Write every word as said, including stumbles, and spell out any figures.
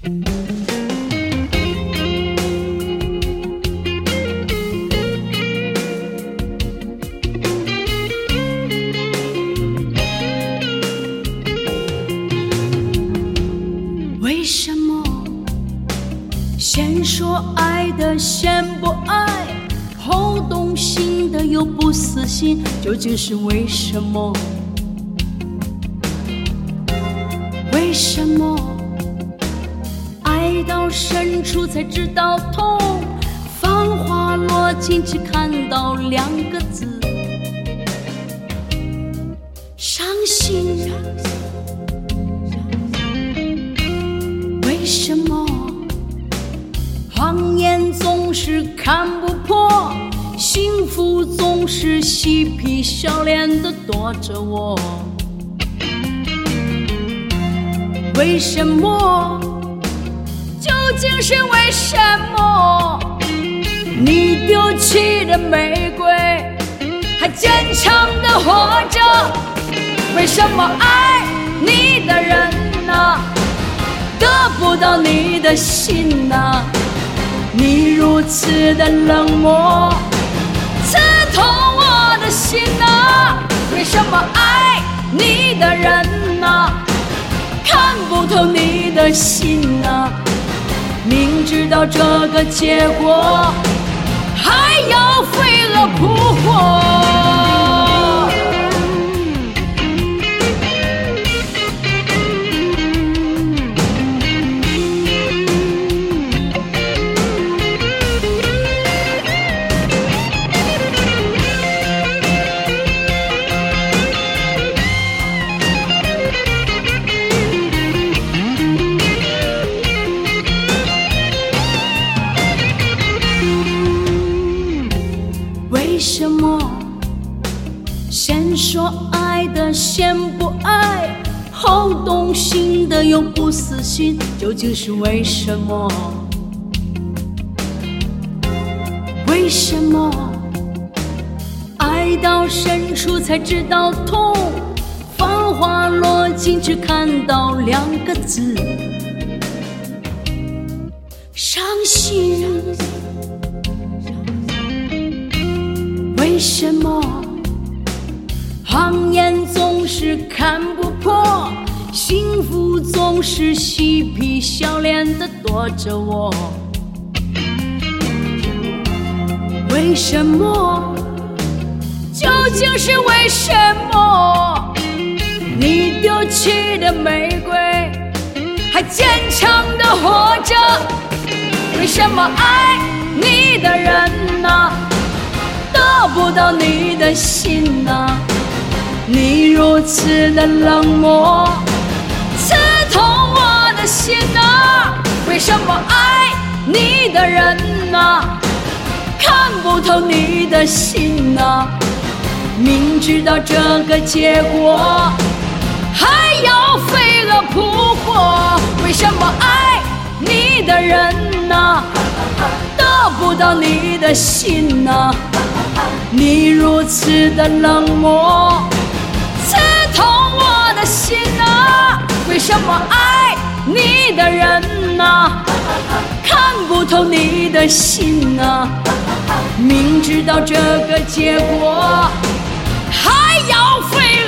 为什么先说爱的先不爱，后动心的又不死心，究竟是为什么？为什么爱到深处才知道痛，繁华落尽只看到两个字，伤心。为什么谎言总是看不破，幸福总是嬉皮笑脸地躲着我？为什么？究竟是为什么？你丢弃的玫瑰还坚强地活着？为什么爱你的人啊，得不到你的心啊？你如此的冷漠，刺痛我的心啊！为什么爱你的人啊，看不透你的心啊？明知道这个结果，还要飞蛾扑火。为什么先说爱的先不爱，后动心的又不死心，究竟是为什么？为什么爱到深处才知道痛，繁华落尽只看到两个字，伤心。为什么谎言总是看不破，幸福总是嬉皮笑脸地躲着我？为什么？究竟是为什么？你丢弃的玫瑰还坚强地活着？为什么爱你的人啊，得不到你的心啊？你如此的冷漠，刺痛我的心啊！为什么爱你的人啊，看不透你的心啊？明知道这个结果，还要飞蛾扑火。为什么爱你的人啊，得不到你的心啊？你如此的冷漠，刺痛我的心啊！为什么爱你的人啊，看不透你的心啊？明知道这个结果，还要飞